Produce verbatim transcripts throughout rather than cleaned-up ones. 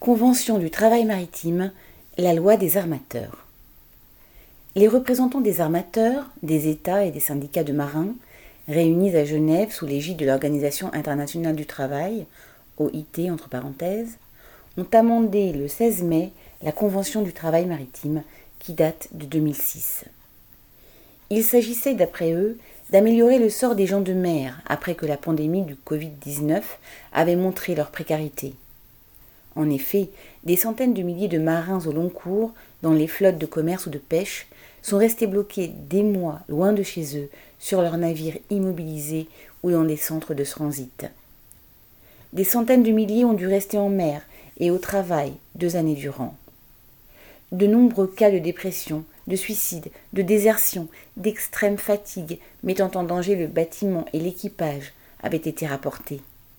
Convention du travail maritime, la loi des armateurs. Les représentants des armateurs, des États et des syndicats de marins, réunis à Genève sous l'égide de l'Organisation internationale du travail, O I T entre parenthèses, ont amendé le seize mai la Convention du travail maritime qui date de deux mille six. Il s'agissait, d'après eux, d'améliorer le sort des gens de mer après que la pandémie du covid dix-neuf avait montré leur précarité. En effet, des centaines de milliers de marins au long cours, dans les flottes de commerce ou de pêche, sont restés bloqués des mois loin de chez eux, sur leurs navires immobilisés ou dans des centres de transit. Des centaines de milliers ont dû rester en mer et au travail deux années durant. De nombreux cas de dépression, de suicide, de désertion, d'extrême fatigue mettant en danger le bâtiment et l'équipage avaient été rapportés.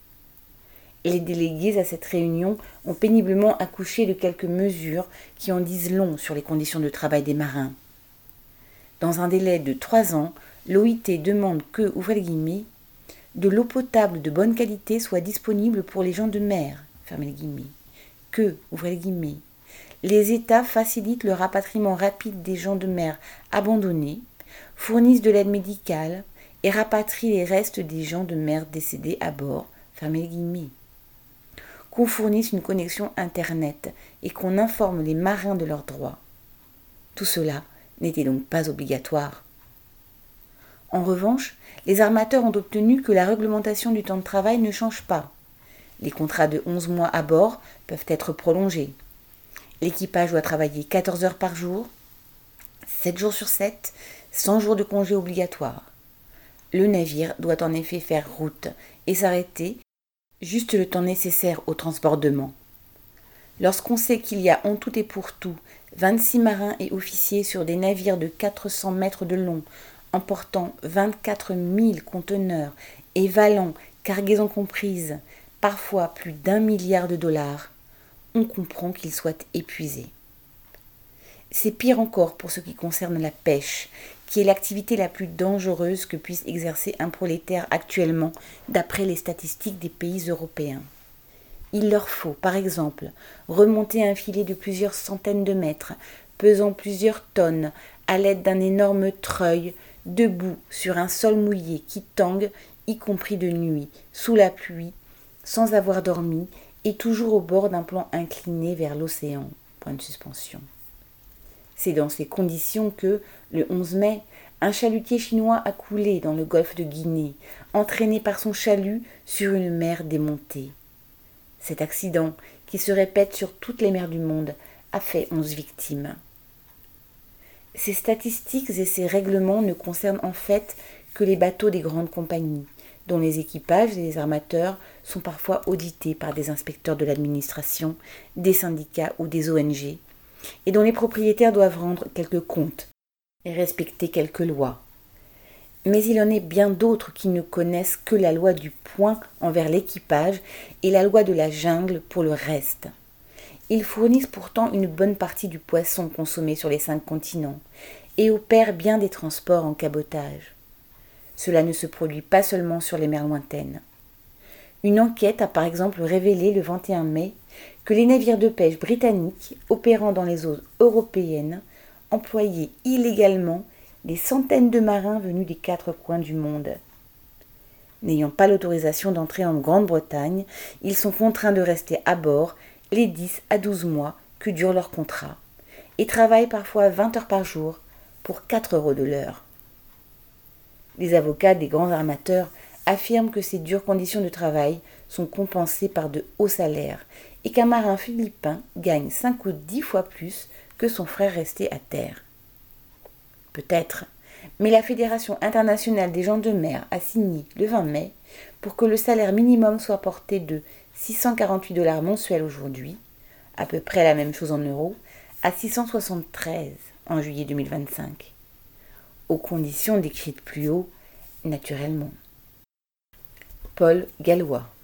Et les délégués à cette réunion ont péniblement accouché de quelques mesures qui en disent long sur les conditions de travail des marins. Dans un délai de trois ans, l'O I T demande que, ouvrez les guillemets, de l'eau potable de bonne qualité soit disponible pour les gens de mer, fermez les guillemets, que, ouvrez les guillemets, les États facilitent le rapatriement rapide des gens de mer abandonnés, fournissent de l'aide médicale et rapatrient les restes des gens de mer décédés à bord, fermez les guillemets, qu'on fournisse une connexion Internet et qu'on informe les marins de leurs droits. Tout cela n'était donc pas obligatoire. En revanche, les armateurs ont obtenu que la réglementation du temps de travail ne change pas. Les contrats de onze mois à bord peuvent être prolongés. L'équipage doit travailler quatorze heures par jour, sept jours sur sept, cent jours de congé obligatoires. Le navire doit en effet faire route et s'arrêter juste le temps nécessaire au transbordement. Lorsqu'on sait qu'il y a en tout et pour tout vingt-six marins et officiers sur des navires de quatre cents mètres de long, emportant vingt-quatre mille conteneurs et valant, cargaisons comprises, parfois plus d'un milliard de dollars, on comprend qu'ils soient épuisés. C'est pire encore pour ce qui concerne la pêche, qui est l'activité la plus dangereuse que puisse exercer un prolétaire actuellement, d'après les statistiques des pays européens. Il leur faut, par exemple, remonter un filet de plusieurs centaines de mètres, pesant plusieurs tonnes, à l'aide d'un énorme treuil, debout sur un sol mouillé qui tangue, y compris de nuit, sous la pluie, sans avoir dormi, et toujours au bord d'un plan incliné vers l'océan. Point de suspension. C'est dans ces conditions que, le onze mai, un chalutier chinois a coulé dans le golfe de Guinée, entraîné par son chalut sur une mer démontée. Cet accident, qui se répète sur toutes les mers du monde, a fait onze victimes. Ces statistiques et ces règlements ne concernent en fait que les bateaux des grandes compagnies, dont les équipages et les armateurs sont parfois audités par des inspecteurs de l'administration, des syndicats ou des O N G, et dont les propriétaires doivent rendre quelques comptes et respecter quelques lois. Mais il en est bien d'autres qui ne connaissent que la loi du point envers l'équipage et la loi de la jungle pour le reste. Ils fournissent pourtant une bonne partie du poisson consommé sur les cinq continents et opèrent bien des transports en cabotage. Cela ne se produit pas seulement sur les mers lointaines. Une enquête a par exemple révélé le vingt et un mai que les navires de pêche britanniques opérant dans les eaux européennes employaient illégalement des centaines de marins venus des quatre coins du monde. N'ayant pas l'autorisation d'entrer en Grande-Bretagne, ils sont contraints de rester à bord les dix à douze mois que dure leur contrat et travaillent parfois vingt heures par jour pour quatre euros de l'heure. Les avocats des grands armateurs affirment que ces dures conditions de travail sont compensées par de hauts salaires et qu'un marin philippin gagne cinq ou dix fois plus que son frère resté à terre. Peut-être, mais la Fédération internationale des gens de mer a signé le vingt mai pour que le salaire minimum soit porté de six cent quarante-huit dollars mensuels aujourd'hui, à peu près la même chose en euros, à six cent soixante-treize en juillet deux mille vingt-cinq, aux conditions décrites plus haut, naturellement. Paul Gallois.